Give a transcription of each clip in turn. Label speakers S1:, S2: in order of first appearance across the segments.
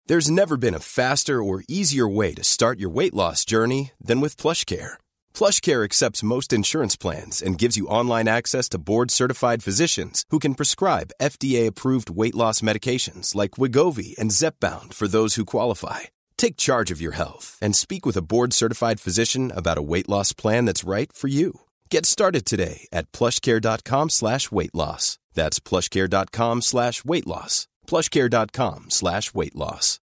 S1: There's never been a faster or easier way to start your weight loss journey than with PlushCare. PlushCare accepts most insurance plans and gives you online access to board-certified physicians who can prescribe FDA-approved weight loss medications like Wegovy and Zepbound for those who qualify. Take charge of your health and speak with a board-certified physician about a weight loss plan that's right for you. Get started today at plushcare.com/weightloss. That's plushcare.com/weightloss. plushcare.com/weightloss.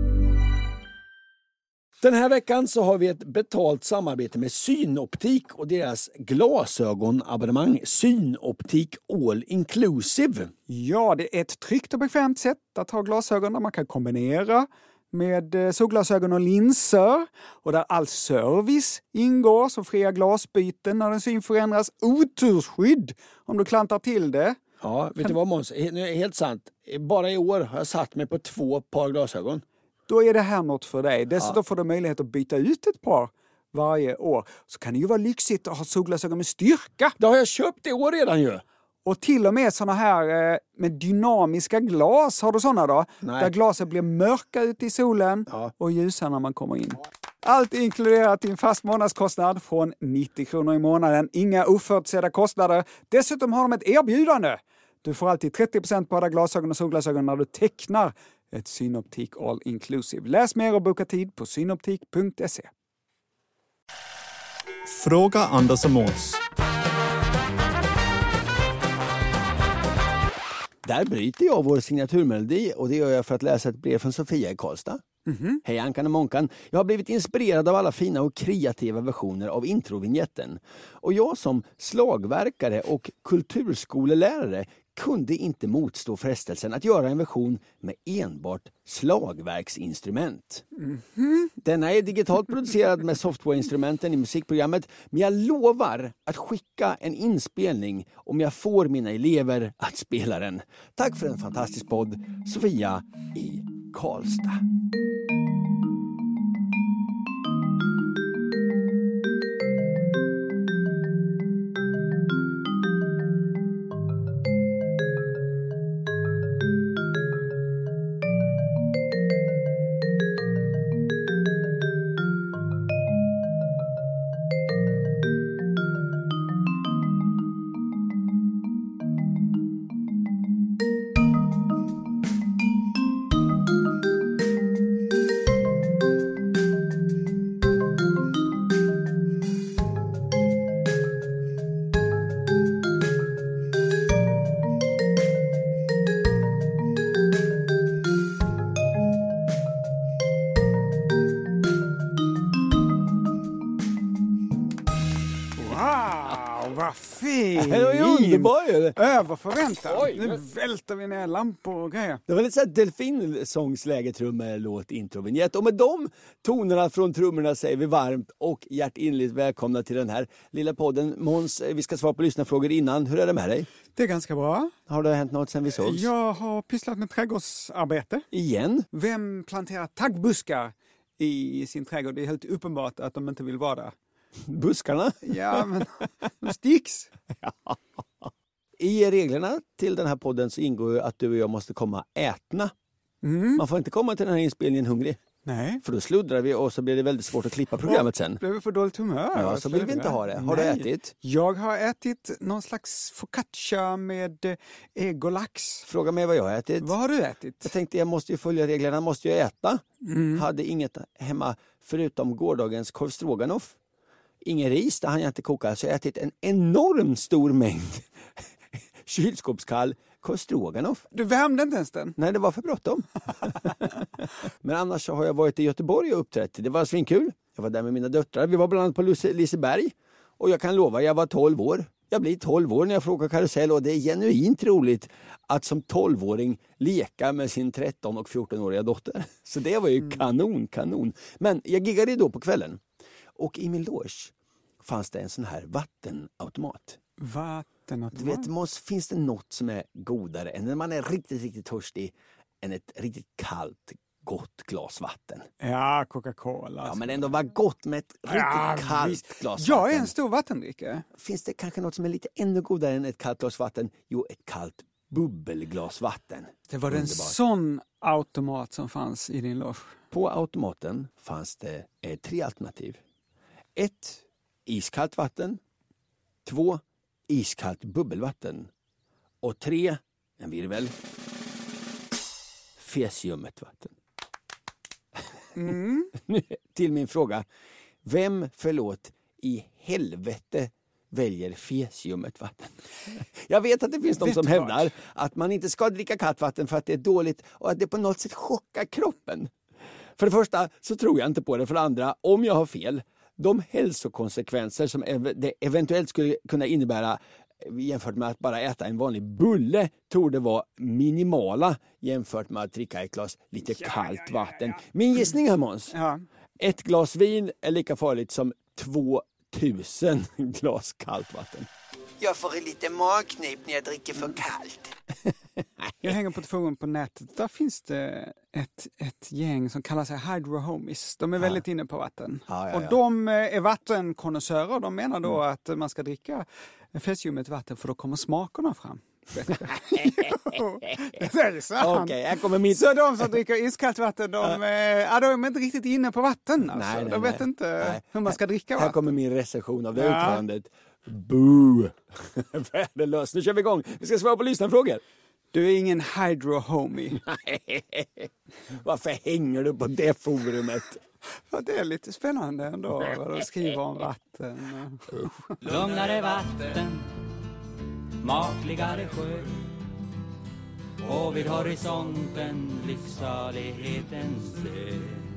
S2: Den här veckan så har vi ett betalt samarbete med Synoptik och deras glasögonabonnemang Synoptik All Inclusive.
S3: Ja, det är ett tryggt och bekvämt sätt att ha glasögon där man kan kombinera med solglasögon och linser och där all service ingår som fria glasbyten när den syn förändras, otursskydd om du klantar till det.
S2: Ja, vet du vad Måns? Helt sant. Bara i år har jag satt mig på 2 par glasögon.
S3: Då är det här något för dig. Dessutom får du möjlighet att byta ut ett par varje år. Så kan det ju vara lyxigt att ha solglasögon med styrka.
S2: Det har jag köpt i år redan ju.
S3: Och till och med såna här med dynamiska glas. Har du såna då?
S2: Nej.
S3: Där glaset blir mörka ute i solen och ljusa när man kommer in. Allt inkluderat i en fast månadskostnad från 90 kronor i månaden. Inga oförutsedda kostnader. Dessutom har de ett erbjudande. Du får alltid 30% på alla glasögon och solglasögon när du tecknar ett Synoptik All Inclusive. Läs mer och boka tid på synoptik.se.
S4: Fråga Anders och Måns.
S2: Där bryter jag vår signaturmelodi och det gör jag för att läsa ett brev från Sofia i Karlstad. Hej Ankan och Månkan. Jag har blivit inspirerad av alla fina och kreativa versioner av introvignetten. Och jag som slagverkare och kulturskolelärare kunde inte motstå frestelsen att göra en version med enbart slagverksinstrument. Denna är digitalt producerad med softwareinstrumenten i musikprogrammet, men jag lovar att skicka en inspelning om jag får mina elever att spela den. Tack för en fantastisk podd, Sofia i Karlstad.
S3: Vad fint!
S2: Det var ju underbart.
S3: Över förväntan.
S2: Oj,
S3: Nu välter vi ner lampor och grejer.
S2: Det var lite såhär delfinsångsläge, trummor, låt, introvinjett. Och med de tonerna från trummorna säger vi varmt och hjärtinligt välkomna till den här lilla podden. Måns, vi ska svara på lyssnarfrågor innan. Hur är det med dig?
S3: Det är ganska bra.
S2: Har det hänt något sen vi sågs?
S3: Jag har pysslat med trädgårdsarbete.
S2: Igen?
S3: Vem planterar taggbuskar i sin trädgård? Det är helt uppenbart att de inte vill vara där.
S2: Buskarna?
S3: Ja, men de sticks.
S2: I reglerna till den här podden så ingår ju att du och jag måste komma ätna. Man får inte komma till den här inspelningen hungrig.
S3: Nej.
S2: För då sluddrar vi och så blir det väldigt svårt att klippa programmet sen.
S3: Blev vi för dåligt humör?
S2: Ja, så vill vi inte ha det. Har du ätit?
S3: Jag har ätit någon slags focaccia med ägg och lax.
S2: Fråga mig vad jag har ätit.
S3: Vad har du ätit?
S2: Jag tänkte jag måste ju följa reglerna, måste jag äta. Hade inget hemma förutom gårdagens korv stroganoff. Ingen ris, där hann jag inte koka. Så jag har ätit en enorm stor mängd kylskåpskall korv stroganoff.
S3: Du värmde inte ens den?
S2: Nej, det var för bråttom. Men annars så har jag varit i Göteborg och uppträtt. Det var svinkul. Jag var där med mina döttrar. Vi var bland annat på Liseberg. Och jag kan lova, jag var 12 år. Jag blir 12 år när jag får åka karusell och det är genuint roligt att som 12-åring leka med sin 13- och 14-åriga dotter. Så det var ju kanon. Men jag giggade då på kvällen. Och i min loge fanns det en sån här vattenautomat.
S3: Vattenautomat?
S2: Du vet, finns det något som är godare än när man är riktigt törstig än ett riktigt kallt, gott glas vatten?
S3: Ja, Coca-Cola.
S2: Ja, men ändå var gott med ett riktigt kallt glas vatten.
S3: Jag är en stor vattendrickare.
S2: Finns det kanske något som är lite ännu godare än ett kallt glas vatten? Jo, ett kallt bubbelglas vatten.
S3: Det var en sån automat som fanns i din loge?
S2: På automaten fanns det 3 alternativ. 1. Iskallt vatten. 2. Iskallt bubbelvatten. Och 3. En virvel. Fesiummet vatten. Till min fråga. Vem, i helvete väljer fesiummet vatten? Jag vet att det finns de som hävdar att man inte ska dricka kallt vatten för att det är dåligt och att det på något sätt chockar kroppen. För det första så tror jag inte på det. För det andra, om jag har fel, de hälsokonsekvenser som det eventuellt skulle kunna innebära jämfört med att bara äta en vanlig bulle tror det var minimala jämfört med att dricka ett glas lite kallt vatten. Min gissning här, Måns.
S3: Ja.
S2: 1 glas vin är lika farligt som 2000 glas kallt vatten. Jag får lite magknip när jag dricker för kallt.
S3: Jag hänger på ett forum på nätet. Där finns det ett gäng som kallar sig Hydro Homies. De är väldigt inne på vatten.
S2: Ja.
S3: Och de är vattenkonnässörer. De menar då att man ska dricka fesiummet vatten för då kommer smakerna fram. Det är sant.
S2: Okej, här kommer min...
S3: Så de som dricker iskallt vatten, de är inte riktigt inne på vatten. Alltså.
S2: Nej,
S3: de vet inte hur man ska dricka vatten.
S2: Här kommer min recension av det uttalandet. Boo! Värdelöst. Nu kör vi igång. Vi ska svara på lyssnarfrågor.
S3: Du är ingen hydro homie.
S2: Varför hänger du på det forumet?
S3: För det är lite spännande ändå vad de skriver om vatten.
S5: Lugnare vatten, makligare sjö, och vid horisonten livssalighetens dö.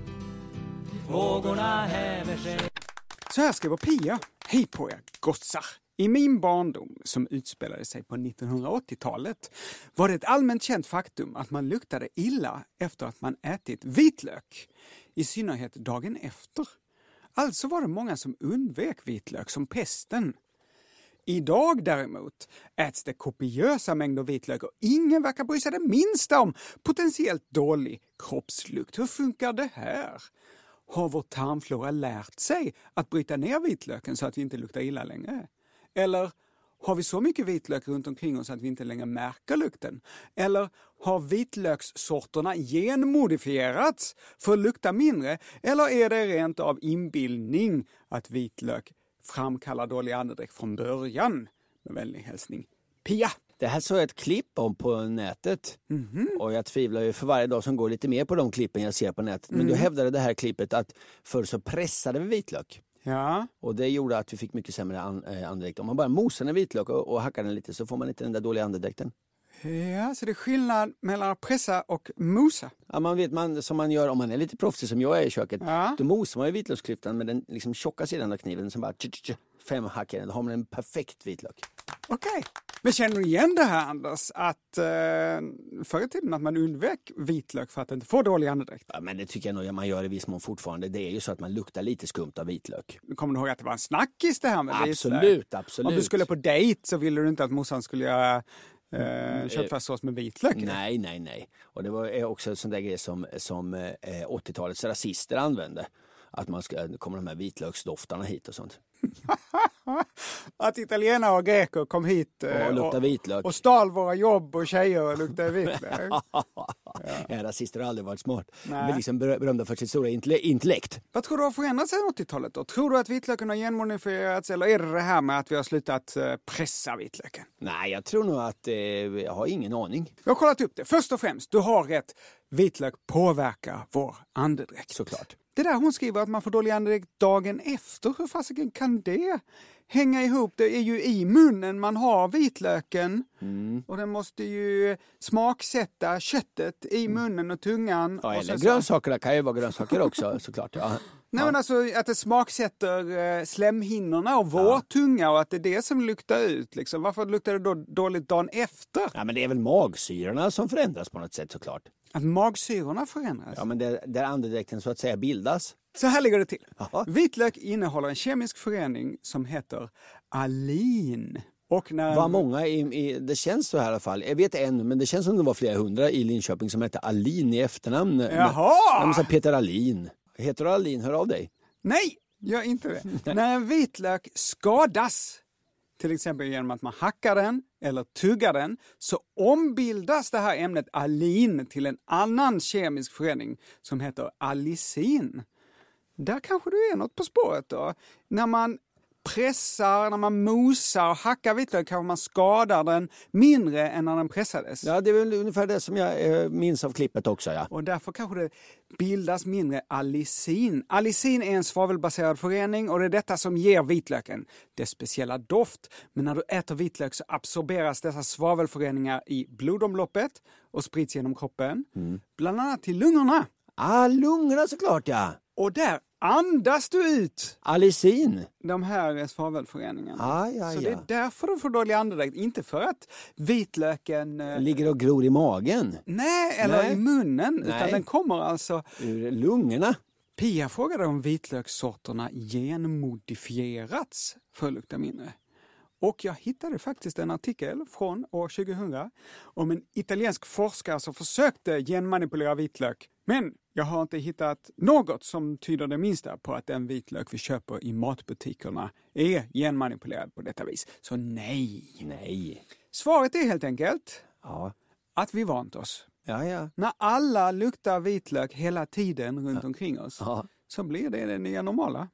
S5: Vågorna häver sig.
S3: Så här skriver Pia. Hej på er, gossar. I min barndom, som utspelade sig på 1980-talet, var det ett allmänt känt faktum att man luktade illa efter att man ätit vitlök. I synnerhet dagen efter. Alltså var det många som undvek vitlök som pesten. Idag däremot äts det kopiösa mängder vitlök och ingen verkar bry sig det minsta om potentiellt dålig kroppslukt. Hur funkar det här? Har vår tarmflora lärt sig att bryta ner vitlöken så att vi inte luktar illa längre? Eller har vi så mycket vitlök runt omkring oss att vi inte längre märker lukten? Eller har vitlökssorterna genmodifierats för att lukta mindre? Eller är det rent av inbildning att vitlök framkallar dålig andedräkt från början? Med vänlig hälsning, Pia.
S2: Det här såg jag ett klipp om på nätet. Och jag tvivlar ju för varje dag som går lite mer på de klippen jag ser på nätet. Men då hävdade det här klippet att förr så pressade vi vitlök.
S3: Ja.
S2: Och det gjorde att vi fick mycket sämre andedräkt. Om man bara mosar en vitlök och hackar den lite så får man inte den där dåliga andedräkten.
S3: Ja, så det är skillnad mellan att pressa och mosa.
S2: Ja, man vet som man gör om man är lite proffsig som jag är i köket.
S3: Ja.
S2: Då mosar man ju vitlöksklyftan med den liksom tjocka sidan av kniven som bara 5 hack i den. Då har man en perfekt vitlök.
S3: Okej. Men känner du igen det här, Anders, att förr i tiden att man undvek vitlök för att inte få dålig andedräkt?
S2: Ja, men det tycker jag nog man gör i viss mån fortfarande. Det är ju så att man luktar lite skumt av vitlök.
S3: Kommer du ihåg att det var en snackis det här med
S2: Absolut.
S3: Om du skulle på dejt så ville du inte att morsan skulle göra köttfärssås med vitlök?
S2: Nej. Och det var också en sån där grej som 80-talets rasister använde. Att kommer de här vitlöksdoftarna hit och sånt.
S3: Att italienare och greker kom hit och stal våra jobb och tjejer och luktade vitlök.
S2: Ja, rasister har aldrig varit smart. Men liksom berömda för sitt stora intellekt.
S3: Vad tror du har förändrats sedan 80-talet då? Tror du att vitlöken har genmodifierats eller är det här med att vi har slutat pressa vitlöken?
S2: Nej, jag tror nog att jag har ingen aning.
S3: Jag har kollat upp det. Först och främst, du har rätt. Vitlök påverkar vår andedräkt.
S2: Såklart.
S3: Det där hon skriver att man får dålig andedräkt dagen efter. Hur fasiken kan det hänga ihop? Det är ju i munnen man har vitlöken. Och den måste ju smaksätta köttet i munnen och tungan.
S2: Ja,
S3: och
S2: eller grönsakerna kan ju vara grönsaker också såklart. Ja.
S3: Nej, men alltså att det smaksätter slemhinnorna och vår tunga och att det är det som luktar ut. Liksom. Varför luktar det då dåligt dagen efter?
S2: Ja, men det är väl magsyrorna som förändras på något sätt såklart.
S3: Att magsyrorna förändras?
S2: Ja, men där andedräkten så att säga bildas.
S3: Så här ligger det till.
S2: Aha.
S3: Vitlök innehåller en kemisk förening som heter alin. Och
S2: Vad många det känns så här i alla fall. Jag vet men det känns som det var flera hundra i Linköping som hette Alin i efternamn.
S3: Jaha!
S2: Peter Alin. Heter du Alin? Hör av dig.
S3: Nej, gör inte det. När en vitlök skadas, till exempel genom att man hackar den eller tuggar den så ombildas det här ämnet alin till en annan kemisk förening som heter allicin. Där kanske du är något på spåret då. När man pressar, när man mosar och hackar vitlök kanske man skadar den mindre än när den pressades.
S2: Ja, det är väl ungefär det som jag minns av klippet också, ja.
S3: Och därför kanske det bildas mindre allicin. Allicin är en svavelbaserad förening och det är detta som ger vitlöken dess speciella doft. Men när du äter vitlök så absorberas dessa svavelföreningar i blodomloppet och sprids genom kroppen. Bland annat till lungorna.
S2: Lungorna såklart, ja.
S3: Och där andas du ut
S2: allicin.
S3: De här svavelföreningarna. Så det är därför du får dålig andedräkt. Inte för att vitlöken
S2: ligger och gror i magen.
S3: Nej, eller i munnen. Nej. Utan den kommer alltså
S2: ur lungorna.
S3: Pia frågade om vitlökssorterna genmodifierats för att lukta mindre. Och jag hittade faktiskt en artikel från år 2000 om en italiensk forskare som försökte genmanipulera vitlök. Men jag har inte hittat något som tyder det minsta på att den vitlök vi köper i matbutikerna är genmanipulerad på detta vis. Så nej. Svaret är helt enkelt att vi vant oss.
S2: Ja.
S3: När alla luktar vitlök hela tiden runt omkring oss så blir det nya normala.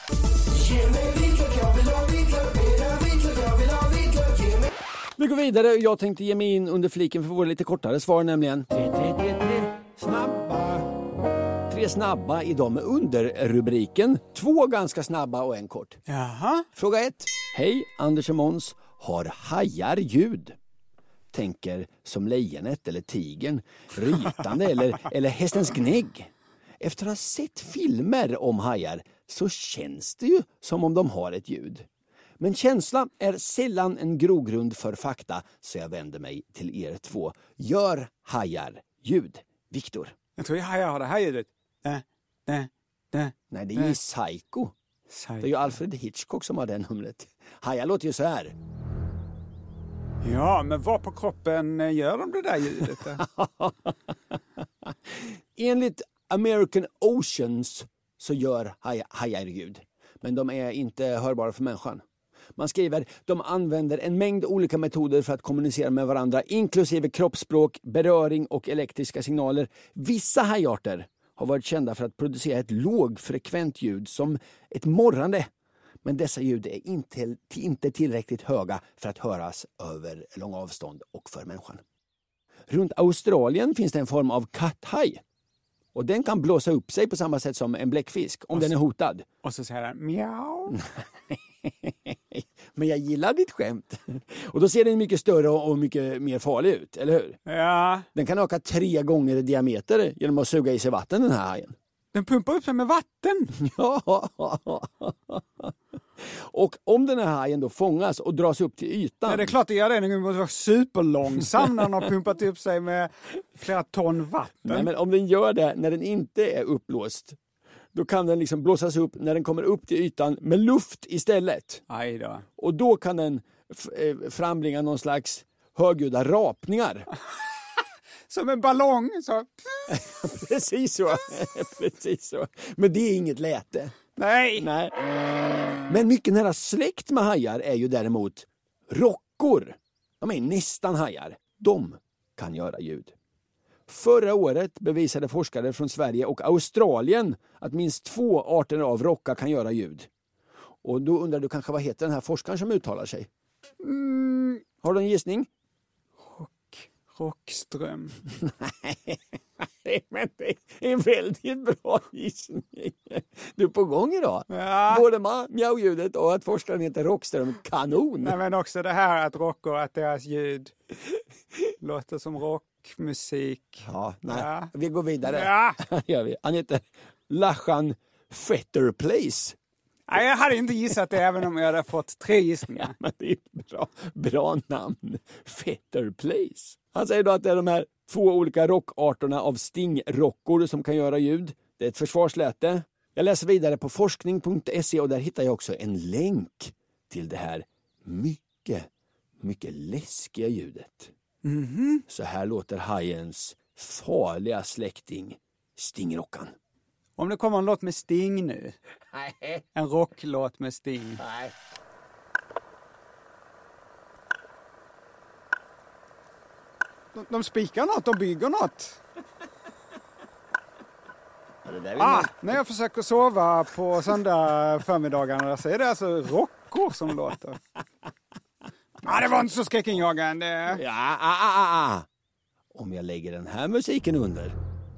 S2: Vi går vidare. Jag tänkte ge mig in under fliken för våra lite kortare svar, nämligen 3 snabba. 3 snabba idag med underrubriken 2 ganska snabba och en kort.
S3: Jaha.
S2: Fråga 1. Hej, Anders och Måns. Har hajar ljud? Tänker som lejonet eller tigern, rytande eller hästens gnägg. Efter att ha sett filmer om hajar så känns det ju som om de har ett ljud. Men känsla är sällan en grogrund för fakta, så jag vänder mig till er 2. Gör hajar ljud? Viktor.
S3: Jag tror hajar har det här ljudet.
S2: Nej, det är ju Psycho. Det är ju Alfred Hitchcock som har det numret. Hajar låter ju så här.
S3: Ja, men var på kroppen gör de det där ljudet?
S2: Enligt American Oceans så gör hajar ljud. Men de är inte hörbara för människan. Man skriver, de använder en mängd olika metoder för att kommunicera med varandra, inklusive kroppsspråk, beröring och elektriska signaler. Vissa hajarter har varit kända för att producera ett lågfrekvent ljud som ett morrande. Men dessa ljud är inte tillräckligt höga för att höras över långa avstånd och för människan. Runt Australien finns det en form av katthaj. Och den kan blåsa upp sig på samma sätt som en bläckfisk om den är hotad.
S3: Och så säger den mjau.
S2: Men jag gillar ditt skämt. Och då ser den mycket större och mycket mer farlig ut, eller hur?
S3: Ja.
S2: Den kan öka 3 gånger i diameter genom att suga i sig vatten, den här hajen.
S3: Den pumpar upp sig med vatten.
S2: Ja. Och om den här hajen då fångas och dras upp till ytan.
S3: Ja, det är klart att gör det. Den måste vara superlångsam när den har pumpat upp sig med flera ton vatten.
S2: Nej, men om den gör det när den inte är uppblåst, då kan den liksom blåsas upp när den kommer upp till ytan med luft istället.
S3: Aj då.
S2: Och då kan den frambringa någon slags högljudda rapningar.
S3: Som en ballong. Så.
S2: Precis så. Precis så. Men det är inget läte.
S3: Nej.
S2: Men mycket nära släkt med hajar är ju däremot rockor. De är nästan hajar. De kan göra ljud. Förra året bevisade forskare från Sverige och Australien att minst 2 arter av rockar kan göra ljud. Och då undrar du kanske vad heter den här forskaren som uttalar sig? Har du en gissning?
S3: Rockström.
S2: Nej, men det är en väldigt bra gissning. Du är på gång idag.
S3: Ja.
S2: Både mjau-ljudet och att forskaren heter Rockström. Kanon!
S3: Nej, men också det här att rockor, att deras ljud låter som rockmusik.
S2: Ja, vi går vidare.
S3: Ja.
S2: Gör vi. Han heter Lachan Fetterplace.
S3: Nej, jag hade inte gissat det även om jag hade fått 3 gissningar.
S2: Ja, men det är ett bra namn. Fetterplace. Han säger då att det är de här 2 olika rockarterna av stingrockor som kan göra ljud. Det är ett försvarsläte. Jag läser vidare på forskning.se och där hittar jag också en länk till det här mycket läskiga ljudet.
S3: Mm-hmm.
S2: Så här låter hajens farliga släkting Stingrockan.
S3: Om det kommer en låt med Sting nu.
S2: Nej.
S3: En rocklåt med Sting.
S2: Nej.
S3: De spikar något, de bygger något.
S2: Ja, det där vill man...
S3: När jag försöker sova på söndag förmiddagarna så är det alltså rockor som låter. Det var inte så skräckinjagande.
S2: Ja, om jag lägger den här musiken under.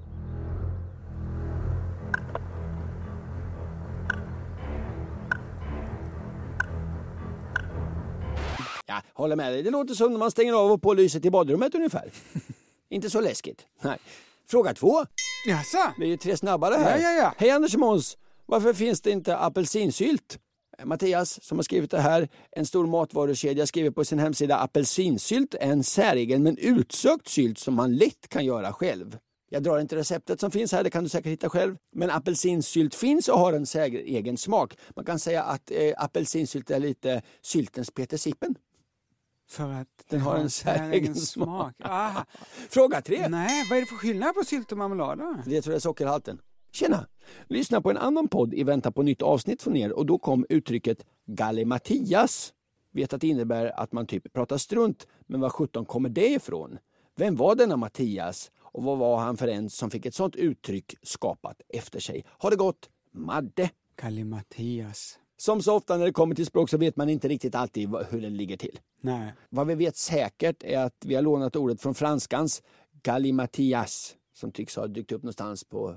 S2: Ja, håller med dig. Det låter som när man stänger av och på lyset i badrummet ungefär. Inte så läskigt. Nej. Fråga 2.
S3: Jaså?
S2: Det är ju 3 snabbare här.
S3: Ja.
S2: Hej Anders och Måns. Varför finns det inte apelsinsylt? Mattias som har skrivit det här, en stor matvarukedja, skriver på sin hemsida: apelsinsylt är en säregen men utsökt sylt som man lätt kan göra själv. Jag drar inte receptet som finns här, det kan du säkert hitta själv. Men apelsinsylt finns och har en egen smak. Man kan säga att apelsinsylt är lite syltens Peter Sippen.
S3: För att
S2: den har en säregen smak.
S3: Ah.
S2: Fråga 3.
S3: Nej, vad är det för skillnad på sylt och marmelad då?
S2: Det tror jag är sockerhalten. Tjena! Lyssna på en annan podd i väntan på nytt avsnitt från er och då kom uttrycket gallimatias. Vet att det innebär att man typ pratar strunt, men vad 17 kommer det ifrån? Vem var denna Mattias och vad var han för en som fick ett sånt uttryck skapat efter sig? Har det gått, Madde?
S3: Gallimatias.
S2: Som så ofta när det kommer till språk så vet man inte riktigt alltid hur den ligger till.
S3: Nej.
S2: Vad vi vet säkert är att vi har lånat ordet från franskans gallimatias, som tycks ha dykt upp någonstans på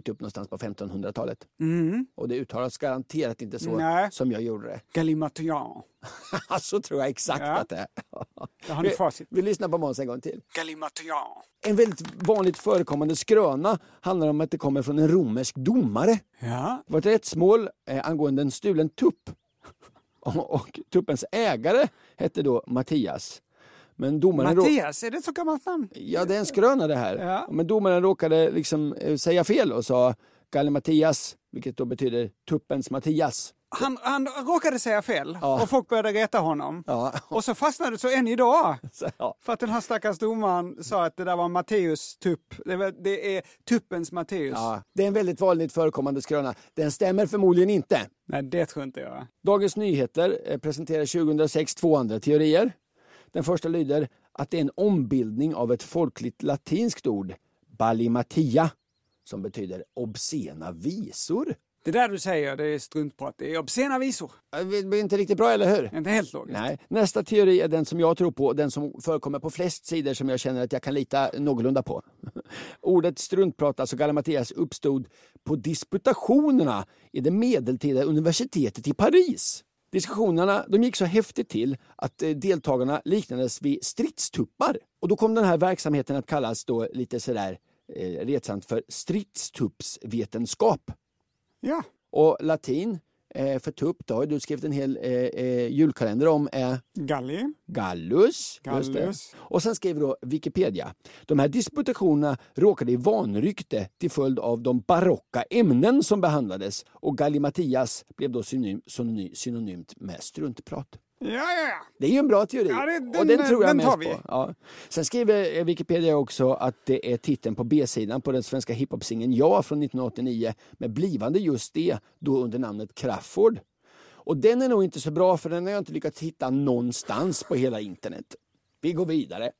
S2: 1500-talet. Och det uttalas garanterat inte så som jag gjorde det.
S3: Gallimatian.
S2: Så tror jag exakt att det är.
S3: Det har ni facit.
S2: Vi lyssnar på Måns en gång till.
S3: Gallimatian.
S2: En väldigt vanligt förekommande skröna handlar om att det kommer från en romersk domare.
S3: Ja.
S2: Det var ett rättsmål angående en stulen tupp. Och tuppens ägare hette då Mattias. Men domaren
S3: Mattias, är det ett så gammalt namn?
S2: Ja, det är en skröna det här.
S3: Ja.
S2: Men domaren råkade liksom säga fel och sa Gallimatias, vilket då betyder tuppens Mattias.
S3: Han råkade säga fel och folk började reta honom.
S2: Ja.
S3: Och så fastnade det så än idag.
S2: Ja.
S3: För att den här stackars domaren sa att det där var Matteus tupp. Det är tuppens Matteus.
S2: Ja. Det är en väldigt vanligt förekommande skröna. Den stämmer förmodligen inte.
S3: Nej, det tror inte jag.
S2: Dagens Nyheter presenterar 2006 2 andra teorier. Den första lyder att det är en ombildning av ett folkligt latinskt ord, ballimatia, som betyder obscena visor.
S3: Det där du säger, det är struntprat. Det är obscena visor.
S2: Det är inte riktigt bra, eller hur?
S3: Inte helt logiskt.
S2: Nej. Nästa teori är den som jag tror på, den som förekommer på flest sidor som jag känner att jag kan lita någorlunda på. Ordet struntprat, alltså gallimatias, uppstod på disputationerna i det medeltida universitetet i Paris. Diskussionerna de gick så häftigt till att deltagarna liknades vid stridstuppar. Och då kom den här verksamheten att kallas då lite sådär retsamt för stridstuppsvetenskap.
S3: Ja.
S2: Och latin för tupp, då har du skrivit en hel julkalender om Gallus. Just det. Och sen skriver då Wikipedia. De här disputationerna råkade i vanrykte till följd av de barocka ämnen som behandlades och gallimatias blev då synonymt med struntprat.
S3: Ja.
S2: Det är ju en bra teori.
S3: Ja,
S2: och den tror jag mest
S3: på.
S2: Ja. Sen skriver Wikipedia också att det är titeln på B-sidan på den svenska hiphop-singeln Ja från 1989 med blivande just det, då under namnet Crafoord. Och den är nog inte så bra för den har jag inte lyckats hitta någonstans på hela internet. Vi går vidare.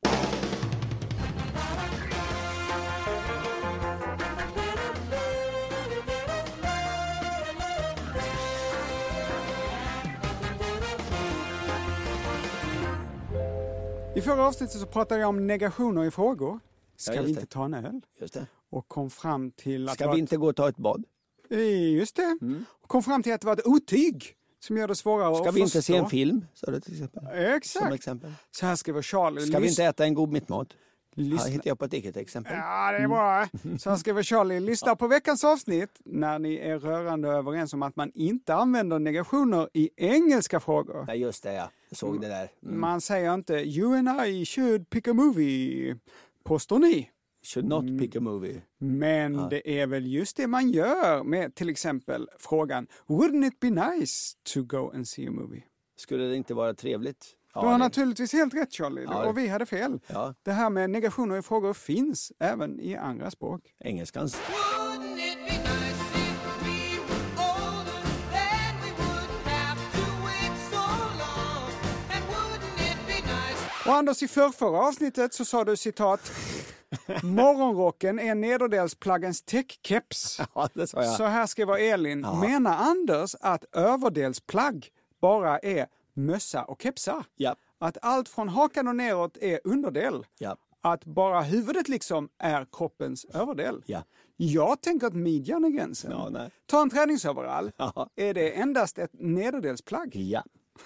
S3: I förra avsnittet så pratade jag om negationer i frågor. Ska vi inte ta en öl?
S2: Just det.
S3: Och kom fram till att...
S2: Ska vi inte gå och ta ett bad?
S3: Just det. Och kom fram till att det var ett otyg som gör det svårare att förstå.
S2: Ska vi inte se en film? Så det till exempel.
S3: Exakt.
S2: Som exempel.
S3: Så här skriver Charlie.
S2: Ska vi inte äta en god mittmat?
S3: Lyssna.
S2: Här hittar jag på ett eget exempel.
S3: Ja, det är bra. Så här skriver Charlie. Lyssna på veckans avsnitt när ni är rörande överens om att man inte använder negationer i engelska frågor.
S2: Ja, just det, ja. Jag såg det där.
S3: Man säger inte you and I should pick a movie, påstår ni.
S2: Should not pick a movie.
S3: Men det är väl just det man gör med till exempel frågan wouldn't it be nice to go and see a movie?
S2: Skulle det inte vara trevligt?
S3: Du har naturligtvis helt rätt, Charlie. Och vi hade fel.
S2: Ja.
S3: Det här med negationer i frågor finns även i andra språk.
S2: Engelskans.
S3: Och Anders, i förra avsnittet så sa du citat: morgonrocken är nederdelsplaggens täckkeps.
S2: Ja, det sa jag.
S3: Så här skriver Elin. Ja. Menar Anders att överdelsplagg bara är mössa och kepsar?
S2: Ja.
S3: Att allt från hakan och neråt är underdel?
S2: Ja.
S3: Att bara huvudet liksom är kroppens överdel?
S2: Ja.
S3: Jag tänker att midjan är gränsen.
S2: Ja, nej.
S3: Ta en träningsoverall.
S2: Ja.
S3: Är det endast ett nederdelsplagg?
S2: Ja.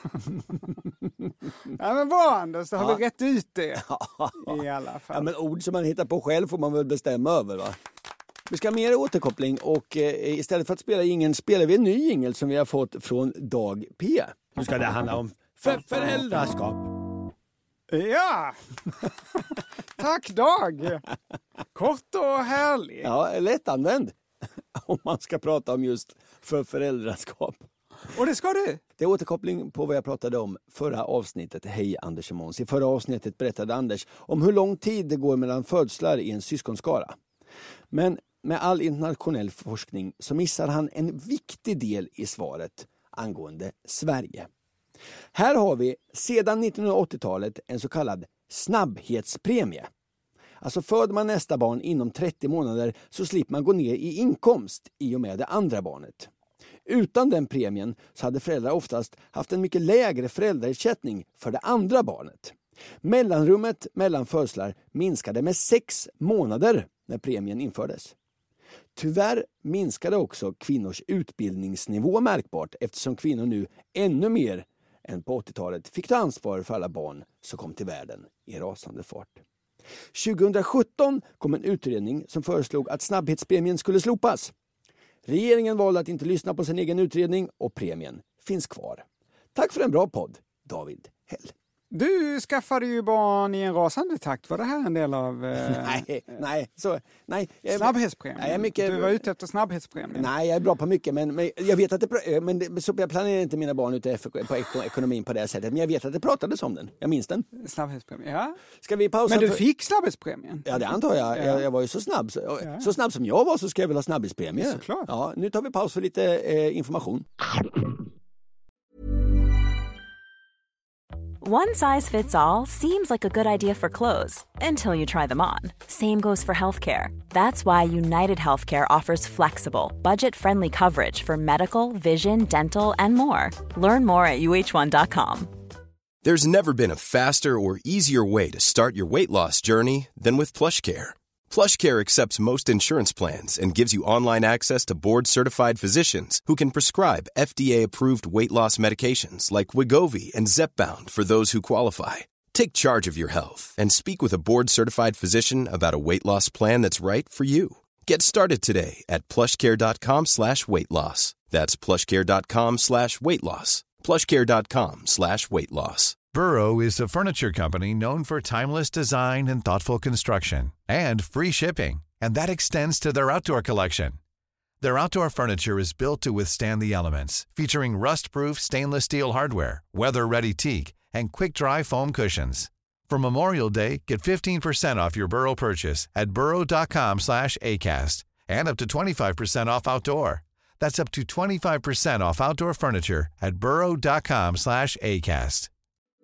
S3: Ja, men bra Anders, då har vi rätt ut det. I alla fall.
S2: Ja, men ord som man hittar på själv får man väl bestämma över, va? Vi ska ha mer återkoppling och istället för att spela jingeln spelar vi en ny jingel som vi har fått från Dag P. Nu ska det handla om föräldraskap.
S3: Ja! Tack Dag! Kort och härlig.
S2: Ja, lättanvänd. Om man ska prata om just föräldraskap.
S3: Och det ska du?
S2: Det är återkoppling på vad jag pratade om förra avsnittet. Hej Anders och Måns. I förra avsnittet berättade Anders om hur lång tid det går mellan födslar i en syskonskara. Men med all internationell forskning så missar han en viktig del i svaret angående Sverige. Här har vi sedan 1980-talet en så kallad snabbhetspremie. Alltså föder man nästa barn inom 30 månader så slipper man gå ner i inkomst i och med det andra barnet. Utan den premien så hade föräldrar oftast haft en mycket lägre föräldraersättning för det andra barnet. Mellanrummet mellan födslar minskade med 6 månader när premien infördes. Tyvärr minskade också kvinnors utbildningsnivå märkbart eftersom kvinnor nu ännu mer än på 80-talet fick ta ansvar för alla barn som kom till världen i rasande fart. 2017 kom en utredning som föreslog att snabbhetspremien skulle slopas. Regeringen valde att inte lyssna på sin egen utredning och premien finns kvar. Tack för en bra podd, David Hell.
S3: Du skaffade ju barn i en rasande takt. Var det här en del av...
S2: Nej.
S3: Snabbhetspremien? Du var ute efter snabbhetspremien?
S2: Nej, jag är bra på mycket. Men jag vet att jag planerar inte mina barn ute på ekonomin på det sättet. Men jag vet att det pratades om den. Jag minns den.
S3: Snabbhetspremien, ja.
S2: Ska vi pausa?
S3: Men du fick snabbhetspremien?
S2: Ja, det antar jag. Ja. Jag var ju så snabb. Så snabb som jag var så ska jag väl ha snabbhetspremie.
S3: Såklart.
S2: Ja, nu tar vi paus för lite information.
S6: One size fits all seems like a good idea for clothes until you try them on. Same goes for healthcare. That's why United Healthcare offers flexible, budget-friendly coverage for medical, vision, dental, and more. Learn more at uh1.com.
S1: There's never been a faster or easier way to start your weight loss journey than with PlushCare. PlushCare accepts most insurance plans and gives you online access to board-certified physicians who can prescribe FDA-approved weight loss medications like Wegovy and Zepbound for those who qualify. Take charge of your health and speak with a board-certified physician about a weight loss plan that's right for you. Get started today at plushcare.com/weightloss. That's plushcare.com/weightloss. plushcare.com/weightloss.
S7: Burrow is a furniture company known for timeless design and thoughtful construction, and free shipping, and that extends to their outdoor collection. Their outdoor furniture is built to withstand the elements, featuring rust-proof stainless steel hardware, weather-ready teak, and quick-dry foam cushions. For Memorial Day, get 15% off your Burrow purchase at burrow.com/acast, and up to 25% off outdoor. That's up to 25% off outdoor furniture at burrow.com/acast.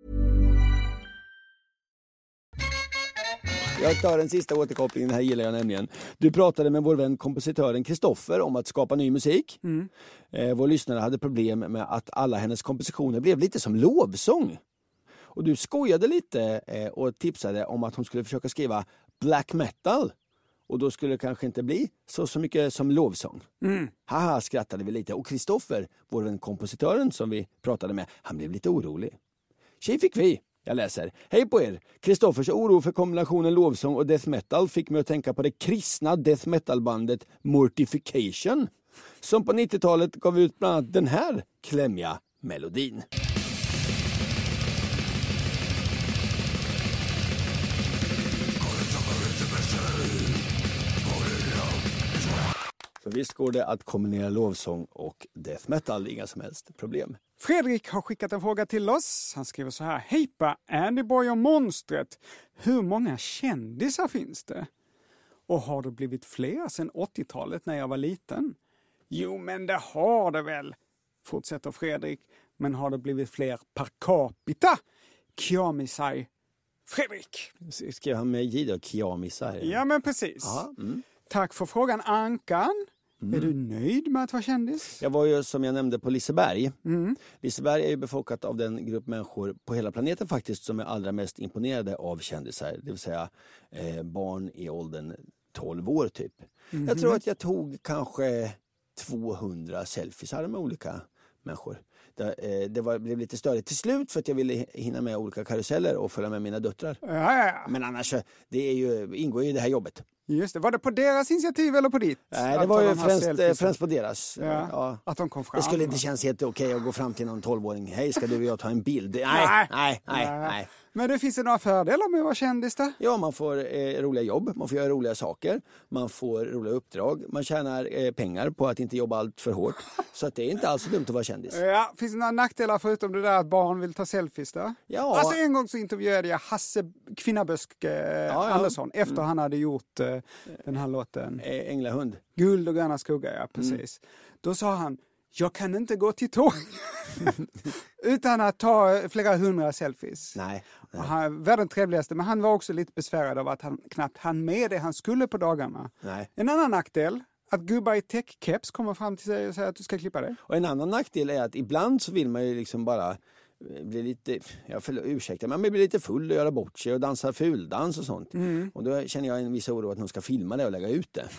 S2: Jag tar den sista återkopplingen, här gillar jag nämligen. Du pratade med vår vän kompositören Kristoffer om att skapa ny musik. Vår lyssnare hade problem med att alla hennes kompositioner blev lite som lovsång. Och du skojade lite och tipsade om att hon skulle försöka skriva black metal. Och då skulle det kanske inte bli så mycket som lovsång. Haha, skrattade vi lite. Och Kristoffer, vår vän kompositören som vi pratade med, han blev lite orolig. Tjej fick vi. Jag läser. Hej på er! Kristoffers oro för kombinationen lovsång och death metal fick mig att tänka på det kristna death metal-bandet Mortification, som på 90-talet gav ut bland annat den här klämmiga melodin. Så visst går det att kombinera lovsång och death metal, inga som helst problem.
S3: Fredrik har skickat en fråga till oss. Han skriver så här: Hejpa, Andyboy och Monstret. Hur många kändisar finns det? Och har det blivit fler sedan 80-talet när jag var liten? Jo, men det har det väl, fortsätter Fredrik. Men har det blivit fler per capita? Kiamisai Fredrik.
S2: Skrev han med J då? Kiamisa?
S3: Ja, men precis.
S2: Ja,
S3: Tack för frågan, Ankan. Är du nöjd med att vara kändis?
S2: Jag var ju som jag nämnde på Liseberg. Liseberg är ju befolkat av den grupp människor på hela planeten faktiskt som är allra mest imponerade av kändisar. Det vill säga barn i åldern 12 år typ. Jag tror att jag tog kanske 200 selfiesar med olika människor. Det blev lite störigt till slut för att jag ville hinna med olika karuseller och följa med mina döttrar.
S3: Ja.
S2: Men annars, ingår ju i det här jobbet.
S3: Just det. Var det på deras initiativ eller på ditt?
S2: Nej, det var ju främst på deras.
S3: Ja. Att de kom fram.
S2: Det skulle inte kännas helt okej att gå fram till någon 12-åring. Hej, ska du och jag ta en bild? Nej.
S3: Men det finns ju några fördelar med att vara kändis då?
S2: Ja, man får roliga jobb, man får göra roliga saker, man får roliga uppdrag, man tjänar pengar på att inte jobba allt för hårt. Så att det är inte alls så dumt att vara kändis.
S3: Ja, finns det några nackdelar förutom det där att barn vill ta selfies då?
S2: Ja.
S3: Alltså en gång så intervjuade jag Hasse Kvinnabösk Andersson efter han hade gjort den här låten.
S2: Änglahund.
S3: Guld och gröna skuggar, ja precis. Då sa han, jag kan inte gå till tåg utan att ta flera 100 selfies.
S2: Nej.
S3: Världens trevligaste, men han var också lite besvärad av att han knappt hann med det han skulle på dagarna.
S2: Nej.
S3: En annan nackdel, att gubbar i tech-keps kommer fram till sig och säger att du ska klippa det.
S2: Och en annan nackdel är att ibland så vill man ju liksom bara bli lite, man blir lite full och göra bort sig och dansa fuldans och sånt. Och då känner jag en viss oro att någon ska filma det och lägga ut det.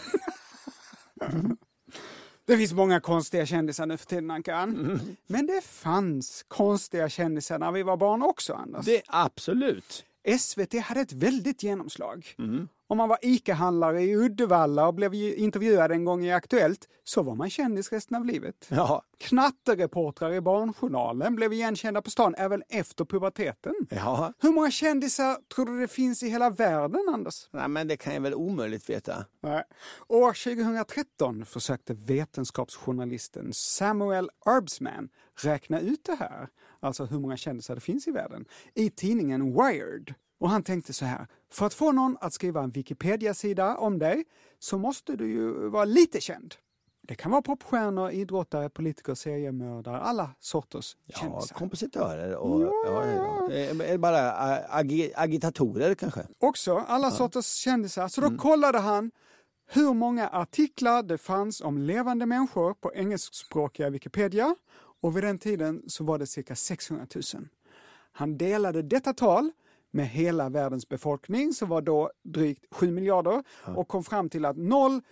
S3: Det finns många konstiga kändisar nu för tiden, Ankan. Men det fanns konstiga kändisar när vi var barn också, Anders.
S2: Det absolut.
S3: SVT hade ett väldigt genomslag. Om man var ICA-handlare i Uddevalla och blev intervjuad en gång i Aktuellt så var man kändis resten av livet.
S2: Ja.
S3: Knattereportrar i Barnjournalen blev igenkända på stan även efter puberteten.
S2: Ja.
S3: Hur många kändisar tror du det finns i hela världen, Anders?
S2: Nej, men det kan jag väl omöjligt veta.
S3: Nej. År 2013 försökte vetenskapsjournalisten Samuel Erbsman räkna ut det här. Alltså hur många kändisar det finns i världen. I tidningen Wired. Och han tänkte så här, för att få någon att skriva en Wikipedia-sida om dig så måste du ju vara lite känd. Det kan vara popstjärnor, idrottare, politiker, seriemördare, alla sorters kändisar.
S2: Ja, kompositörer och bara agitatorer kanske.
S3: Också alla sorters kändisar. Så då kollade han hur många artiklar det fanns om levande människor på engelskspråkiga Wikipedia. Och vid den tiden så var det cirka 600 000. Han delade detta tal med hela världens befolkning som var då drygt 7 miljarder och kom fram till att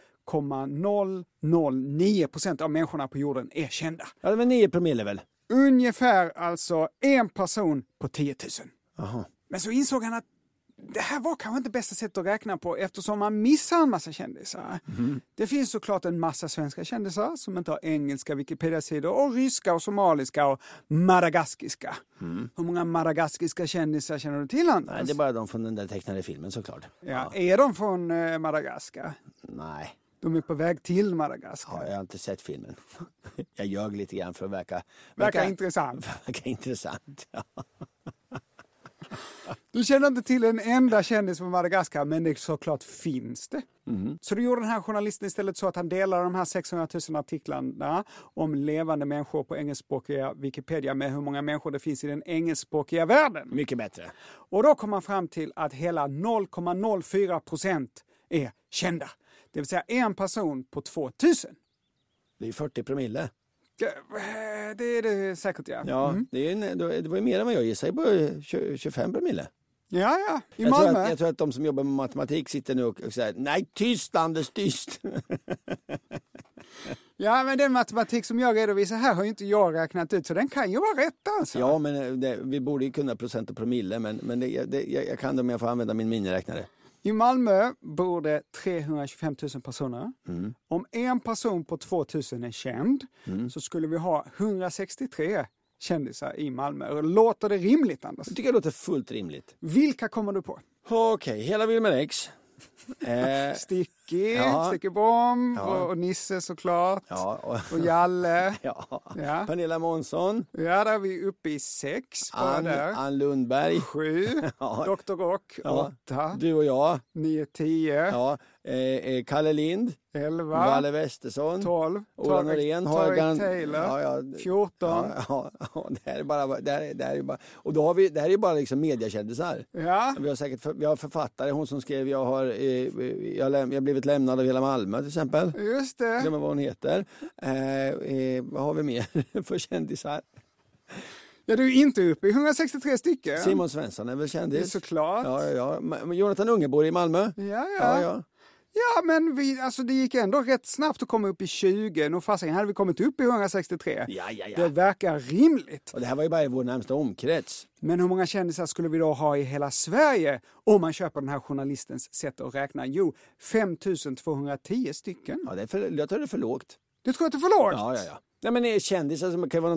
S3: 0,009% av människorna på jorden är kända.
S2: Ja, det var 9 promille väl?
S3: Ungefär alltså en person på 10 000.
S2: Aha.
S3: Men så insåg han att det här var kanske inte bästa sätt att räkna på eftersom man missar en massa kändisar. Det finns såklart en massa svenska kändisar som inte har engelska Wikipedia-sidor och ryska och somaliska och madagaskiska. Hur många madagaskiska kändisar känner du till, Anders?
S2: Nej, det är bara de från den där tecknade filmen såklart.
S3: Ja. Är de från Madagaskar?
S2: Nej.
S3: De är på väg till Madagaskar.
S2: Ja, jag har inte sett filmen. Jag ljög lite grann för att
S3: verka intressant.
S2: Verka intressant, ja.
S3: Du känner inte till en enda kändis från Madagaskar, men det såklart finns det. Så då gjorde den här journalisten istället så att han delade de här 600 000 artiklarna om levande människor på engelskspråkiga Wikipedia med hur många människor det finns i den engelskspråkiga världen.
S2: Mycket bättre.
S3: Och då kom man fram till att hela 0,04% är kända. Det vill säga en person på 2000.
S2: Det är 40 promille.
S3: Det är det säkert, ja.
S2: Ja, det var ju mer än vad jag gissade på 25 promille.
S3: Ja, i Malmö.
S2: Jag tror att de som jobbar med matematik sitter nu och säger nej, tyst Anders, tyst. Ja,
S3: men den matematik som jag redovisar här har ju inte jag räknat ut, så den kan ju vara rätt alltså.
S2: Ja, men vi borde ju kunna procent och promille, men jag kan det om jag får använda min miniräknare.
S3: I Malmö bor det 325 000 personer. Om en person på 2000 är känd så skulle vi ha 163 kändisar i Malmö. Låter det rimligt, Anders?
S2: Jag tycker det låter fullt rimligt.
S3: Vilka kommer du på?
S2: Okej, hela Wilmer X.
S3: Sticky Bomb och Nisse såklart.
S2: Ja,
S3: och Jalle.
S2: Ja. Pernilla Månsson.
S3: Ja, där är vi uppe i 6.
S2: Ann Lundberg.
S3: 7. Dr. Rock. 8.
S2: Du och jag.
S3: 9, 10.
S2: Ja. Kalle Lind.
S3: 11.
S2: Valle Westersson.
S3: 12.
S2: Ola Norén.
S3: Tarek Taylor. 14.
S2: Ja, det här är bara... Det är bara och då har vi... Det här är bara liksom mediakändisar.
S3: Ja.
S2: Vi har författare, hon som skrev jag har blivit lämnad av hela Malmö till exempel.
S3: Just det.
S2: Glömmer vad hon heter. Vad har vi mer för kändisar?
S3: Ja, du är inte uppe i 163 stycken.
S2: Simon Svensson är väl kändis?
S3: Det är såklart.
S2: Ja. Jonathan Unge bor i Malmö.
S3: Ja. Ja, men det gick ändå rätt snabbt att komma upp i 20. Nog fasiken hade vi kommit upp i 163.
S2: Ja.
S3: Det verkar rimligt.
S2: Och det här var ju bara i vår närmsta omkrets.
S3: Men hur många kändisar skulle vi då ha i hela Sverige om man köper den här journalistens sätt att räkna? Jo, 5210 stycken.
S2: Ja, jag tror det är för lågt.
S3: Du tror att det är för lågt?
S2: Ja. Nej, men det är kändisar som kan vara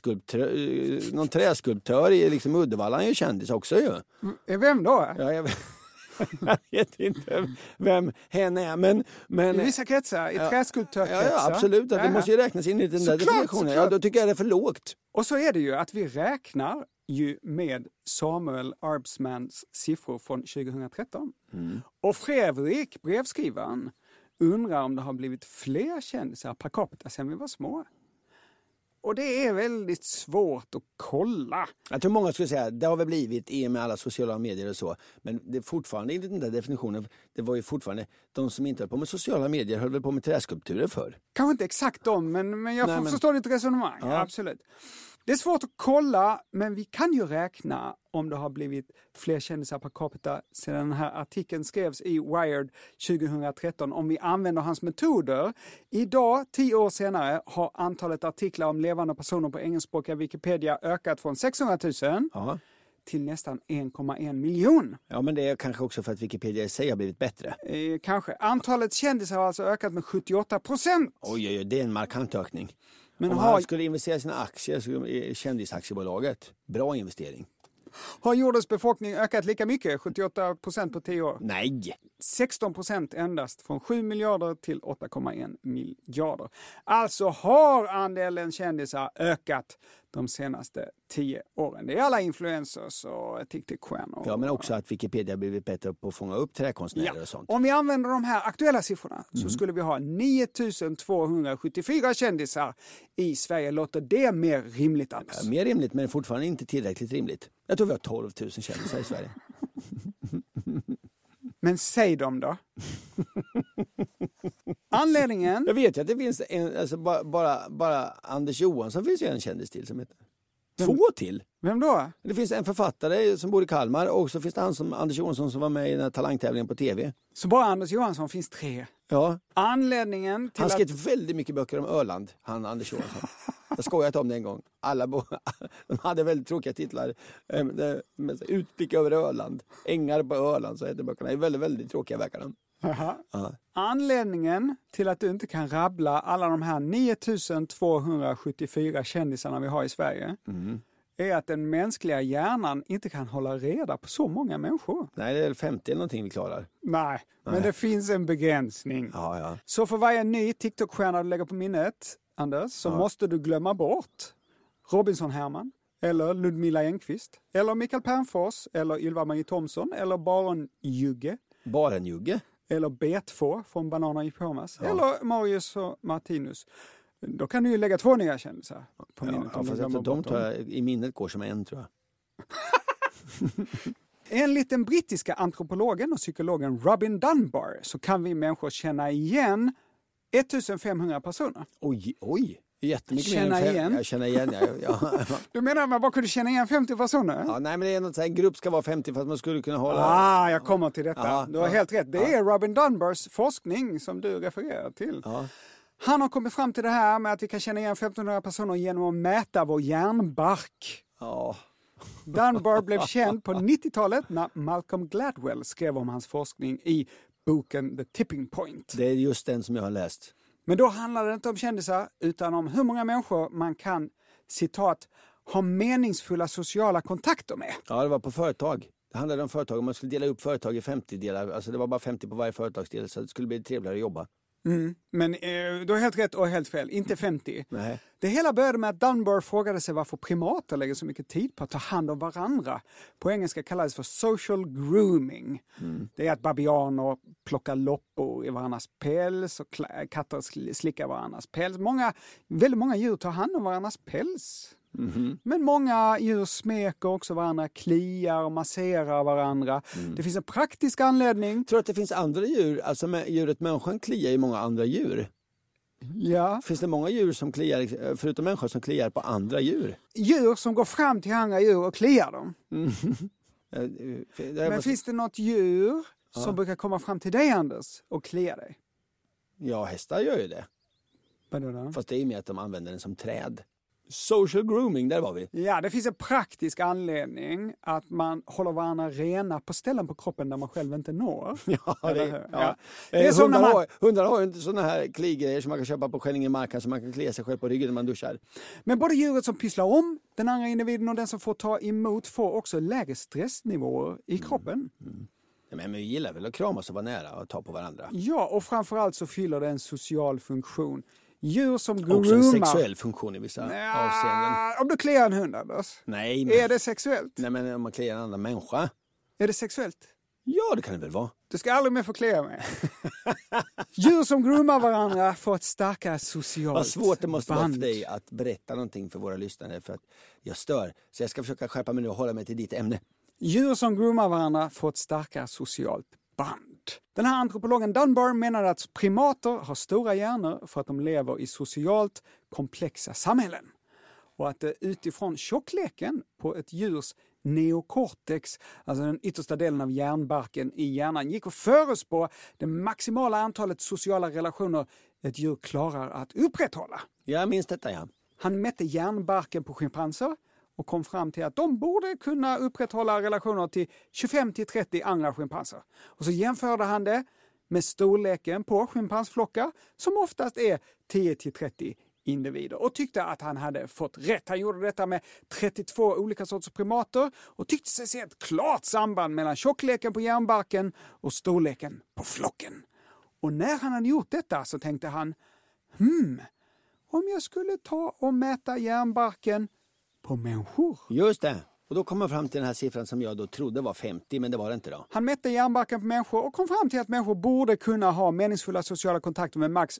S2: någon träskulptör i liksom Uddevalla, är ju kändis också ju.
S3: Vem då?
S2: Ja, jag vet inte vem hen är, men
S3: i vissa kretsar, i träskulptörkretsar.
S2: Ja, absolut. Det måste ju räknas in i den där definitionen. Ja, då tycker jag det är för lågt.
S3: Och så är det ju att vi räknar ju med Samuel Arbsmans siffror från 2013. Och Fredrik, brevskrivaren, undrar om det har blivit fler kändisar per capita sedan vi var små. Och det är väldigt svårt att kolla.
S2: Jag tror många skulle säga det har väl blivit i och med alla sociala medier och så. Men det är fortfarande inte den där definitionen. Det var ju fortfarande de som inte höll på med sociala medier höll väl på med träskulpturer förr.
S3: Kanske inte exakt de, men jag förstår ditt resonemang. Ja. Absolut. Det är svårt att kolla, men vi kan ju räkna om det har blivit fler kändisar per capita sedan den här artikeln skrevs i Wired 2013 om vi använder hans metoder. Idag, 10 år senare, har antalet artiklar om levande personer på engelskspråkiga Wikipedia ökat från 600 000 till nästan 1,1 miljon.
S2: Ja, men det är kanske också för att Wikipedia i sig har blivit bättre.
S3: Kanske. Antalet kändisar har alltså ökat med 78%.
S2: Oj, det är en markant ökning. Men om han skulle investera sina aktier i kändisaktiebolaget, bra investering.
S3: Har jordens befolkning ökat lika mycket? 78% på 10 år?
S2: Nej!
S3: 16% endast, från 7 miljarder till 8,1 miljarder. Alltså har andelen kändisar ökat de senaste 10 åren. Det är alla influencers och TikTok-stjärnor.
S2: Ja, men också att Wikipedia blivit bättre på att fånga upp träkonstnärer och sånt.
S3: Om vi använder de här aktuella siffrorna så skulle vi ha 9274 kändisar i Sverige. Låter det mer rimligt, Anders?
S2: Ja, mer rimligt, men fortfarande inte tillräckligt rimligt. Jag tror vi har 12 000 kändisar i Sverige.
S3: Men säg dem då. Anledningen...
S2: Jag vet ju att det finns bara Anders Johansson finns ju en kändis till som heter. 2 till.
S3: Vem då?
S2: Det finns en författare som bor i Kalmar och så finns det Anders Johansson som var med i den här talangtävlingen på TV.
S3: Så bara Anders Johansson finns 3?
S2: Ja.
S3: Anledningen till
S2: han skrev väldigt mycket böcker om Öland, han Anders Johansson. Jag skojat om det en gång. De hade väldigt tråkiga titlar. Utblick över Öland. Ängar på Öland, så heter böckerna. Det är väldigt, väldigt tråkiga verkar de.
S3: Anledningen till att du inte kan rabbla alla de här 9274 kändisarna vi har i Sverige är att den mänskliga hjärnan inte kan hålla reda på så många människor.
S2: Nej, det är 50 eller någonting vi klarar.
S3: Nej, men det finns en begränsning.
S2: Ja.
S3: Så för varje ny TikTok-stjärna du lägger på minnet, Anders, så måste du glömma bort Robinson Herman, eller Ludmilla Engqvist, eller Mikael Pernfors, eller Ylva-Marie Thomsson, eller Baron-Jugge.
S2: Baron-Jugge?
S3: Eller Bet2 från Bananer i Pyjamas. Ja. Eller Marius och Martinus. Då kan du ju lägga 2 nya kändisar på minnet.
S2: Ja, fast de tar jag, i minnet går som en, tror jag.
S3: Enligt den brittiska antropologen och psykologen Robin Dunbar så kan vi människor känna igen 1500 personer.
S2: Oj. Jättemycket
S3: känna
S2: mer än
S3: igen.
S2: Jag känner igen. Ja.
S3: Du menar att man bara kunde känna igen 50 personer?
S2: Ja, nej, men det är något så här, en grupp ska vara 50 för att man skulle kunna hålla...
S3: Jag kommer till detta.
S2: Ja,
S3: du har helt rätt. Det är Robin Dunbars forskning som du refererar till.
S2: Ja.
S3: Han har kommit fram till det här med att vi kan känna igen 1500 personer genom att mäta vår hjärnbark.
S2: Ja.
S3: Dunbar blev känd på 90-talet när Malcolm Gladwell skrev om hans forskning i boken The Tipping Point.
S2: Det är just den som jag har läst.
S3: Men då handlar det inte om kändisar utan om hur många människor man kan, citat, ha meningsfulla sociala kontakter med.
S2: Ja, det var på företag. Det handlade om företag. Man skulle dela upp företag i 50 delar. Alltså det var bara 50 på varje företagsdel så det skulle bli trevligare att jobba.
S3: Men du har helt rätt och helt fel. Inte 50.
S2: Nej.
S3: Det hela började med att Dunbar frågade sig varför primater lägger så mycket tid på att ta hand om varandra. På engelska kallas det för social grooming. Det är att babianer plockar loppor i varandras päls och katter slickar varandras päls. Väldigt många djur tar hand om varandras päls. Men många djur smeker också varandra, kliar och masserar varandra. Det finns en praktisk anledning.
S2: Jag tror att det finns andra djur, alltså djuret människan kliar i många andra djur.
S3: Ja.
S2: Finns det många djur som kliar, förutom människor, som kliar på andra djur?
S3: Djur som går fram till andra djur och kliar dem. Men finns det något djur som brukar komma fram till dig, Anders, och klia dig?
S2: Ja, hästar gör ju det.
S3: Vadå då?
S2: Fast det är mer att de använder den som träd. Social grooming, där var vi.
S3: Ja, det finns en praktisk anledning att man håller varandra rena på ställen på kroppen där man själv inte når.
S2: Det är som hundar har ju inte sådana här kligrejer som man kan köpa på Skänningemarken, så man kan klia sig själv på ryggen när man duschar.
S3: Men både djuret som pysslar om den andra individen och den som får ta emot får också lägre stressnivåer i kroppen.
S2: Men vi gillar väl att kramas och vara nära och ta på varandra.
S3: Ja, och framförallt så fyller det en social funktion. Djur som groomar.
S2: Också en sexuell funktion i vissa avseenden.
S3: Om du kliar en hund, Anders.
S2: Nej. Men...
S3: Är det sexuellt?
S2: Nej, men om man kliar en annan människa.
S3: Är det sexuellt?
S2: Ja, det kan det väl vara.
S3: Du ska aldrig mer få klia mig. Djur som groomar varandra får ett starkare socialt
S2: Vad svårt det måste vara för
S3: band.
S2: dig att berätta någonting för våra lyssnare, för att jag stör. Så jag ska försöka skärpa mig nu och hålla mig till ditt ämne.
S3: Djur som groomar varandra får ett starkare socialt band. Den här antropologen Dunbar menar att primater har stora hjärnor för att de lever i socialt komplexa samhällen. Och att det utifrån tjockleken på ett djurs neokortex, alltså den yttersta delen av hjärnbarken i hjärnan, gick att förutspå det maximala antalet sociala relationer ett djur klarar att upprätthålla.
S2: Jag minns detta, ja.
S3: Han mätte hjärnbarken på schimpanser och kom fram till att de borde kunna upprätthålla relationer till 25-30 andra schimpanser. Och så jämförde han det med storleken på schimpansflockar som oftast är 10-30 individer och tyckte att han hade fått rätt. Han gjorde detta med 32 olika sorters primater och tyckte sig se ett klart samband mellan tjockleken på hjärnbarken och storleken på flocken. Och när han hade gjort detta så tänkte han, om jag skulle ta och mäta hjärnbarken på människor.
S2: Just det. Och då kom man fram till den här siffran som jag då trodde var 50, men det var det inte då.
S3: Han mätte hjärnbarken på människor och kom fram till att människor borde kunna ha meningsfulla sociala kontakter med max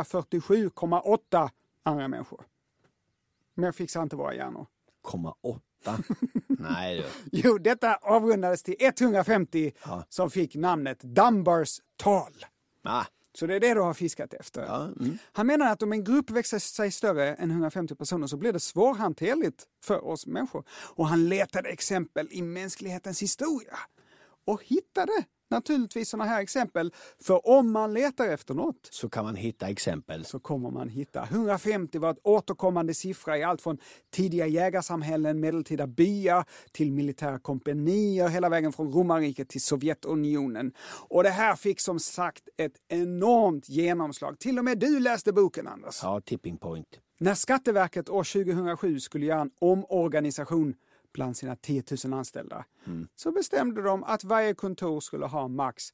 S3: 147,8 andra människor. Men fixar inte våra hjärnor.
S2: 8? Nej du.
S3: Jo, detta avrundades till 150 som fick namnet Dunbars tal. Så det är det du har fiskat efter.
S2: Ja,
S3: Han menar att om en grupp växer sig större än 150 personer så blir det svårhanterligt för oss människor. Och han letade exempel i mänsklighetens historia. Och hittade naturligtvis sådana här exempel. För om man letar efter något
S2: så kan man hitta exempel.
S3: Så kommer man hitta. 150 var ett återkommande siffra i allt från tidiga jägarsamhällen, medeltida byar till militära kompanier, hela vägen från romarriket till Sovjetunionen. Och det här fick som sagt ett enormt genomslag. Till och med du läste boken, Anders.
S2: Ja, tipping point.
S3: När Skatteverket år 2007 skulle göra en omorganisation bland sina 10 000 anställda så bestämde de att varje kontor skulle ha max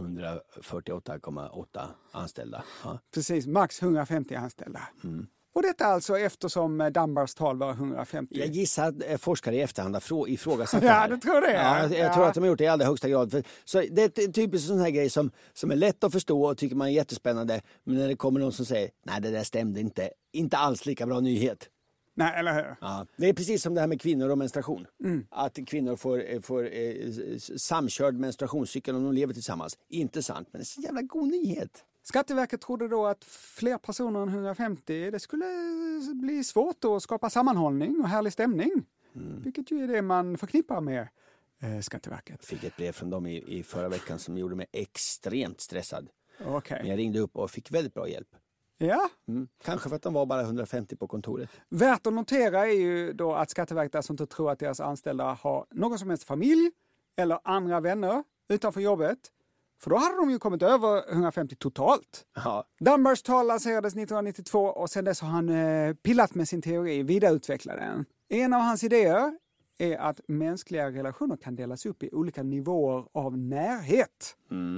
S2: 148,8 anställda. Ja.
S3: Precis, max 150 anställda. Och detta alltså eftersom Dunbars tal var 150.
S2: Jag gissar att forskare i efterhand har ifrågasatt det här.
S3: Ja, det tror det.
S2: Ja, jag tror att de har gjort det i allra högsta grad. Så det är typiskt sån här grej som är lätt att förstå och tycker man är jättespännande. Men när det kommer någon som säger, nej det där stämde inte. Inte alls lika bra nyhet.
S3: Nej, eller hur?
S2: Ja, det är precis som det här med kvinnor och menstruation. Att kvinnor får samkörd menstruationscykel om de lever tillsammans. Inte sant, men det är så jävla god nyhet.
S3: Skatteverket trodde då att fler personer än 150, det skulle bli svårt att skapa sammanhållning och härlig stämning. Vilket ju är det man förknippar med Skatteverket.
S2: Jag fick ett brev från dem i förra veckan som gjorde mig extremt stressad.
S3: Okay.
S2: Men jag ringde upp och fick väldigt bra hjälp.
S3: Ja.
S2: Kanske för att de var bara 150 på kontoret.
S3: Värt att notera är ju då att Skatteverket alltså inte tror att deras anställda har någon som helst familj eller andra vänner utanför jobbet. För då hade de ju kommit över 150 totalt.
S2: Ja.
S3: Dunbars tal lanserades 1992 och sedan dess har han pillat med sin teori, vidareutvecklade den. En av hans idéer är att mänskliga relationer kan delas upp i olika nivåer av närhet.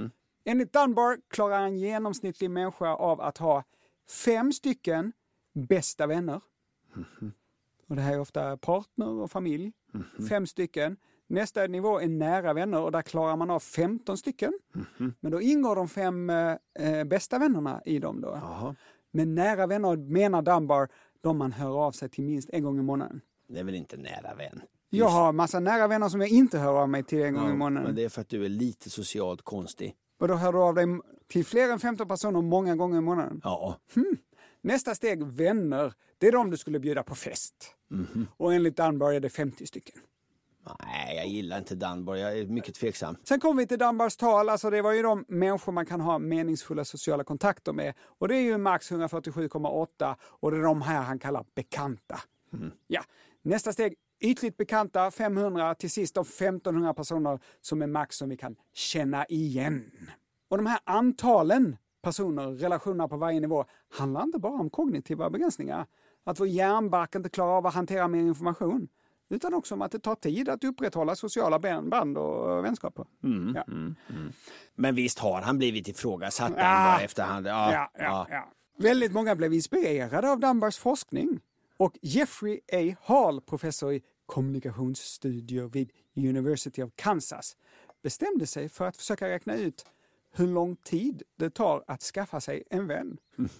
S3: Enligt Dunbar klarar en genomsnittlig människa av att ha 5 stycken bästa vänner. Och det här är ofta partner och familj. 5 stycken. Nästa nivå är nära vänner och där klarar man av 15 stycken. Men då ingår de 5 bästa vännerna i dem då.
S2: Jaha.
S3: Men nära vänner menar Dunbar de man hör av sig till minst en gång i månaden.
S2: Det är väl inte nära vän?
S3: Jag har massa nära vänner som jag inte hör av mig till en gång i månaden.
S2: Men det är för att du är lite socialt konstig.
S3: Och då hör du av dig till fler än 15 personer många gånger i månaden.
S2: Ja.
S3: Nästa steg, vänner. Det är de du skulle bjuda på fest. Och enligt Dunbar är det 50 stycken.
S2: Nej, jag gillar inte Dunbar. Jag är mycket tveksam.
S3: Sen kommer vi till Dunbars tal. Alltså det var ju de människor man kan ha meningsfulla sociala kontakter med. Och det är ju max 147,8. Och det är de här han kallar bekanta. Ja. Nästa steg, ytligt bekanta, 500. Till sist de 1500 personer som är max som vi kan känna igen. Och de här antalen personer, relationerna på varje nivå, handlar inte bara om kognitiva begränsningar. Att vår hjärnbark inte klarar av att hantera mer information. Utan också om att det tar tid att upprätthålla sociala band och vänskaper. Ja.
S2: Men visst har han blivit ifrågasatt Dunbar efterhand. Ja.
S3: Väldigt många blev inspirerade av Dunbars forskning. Och Jeffrey A. Hall, professor i kommunikationsstudier vid University of Kansas, bestämde sig för att försöka räkna ut hur lång tid det tar att skaffa sig en vän.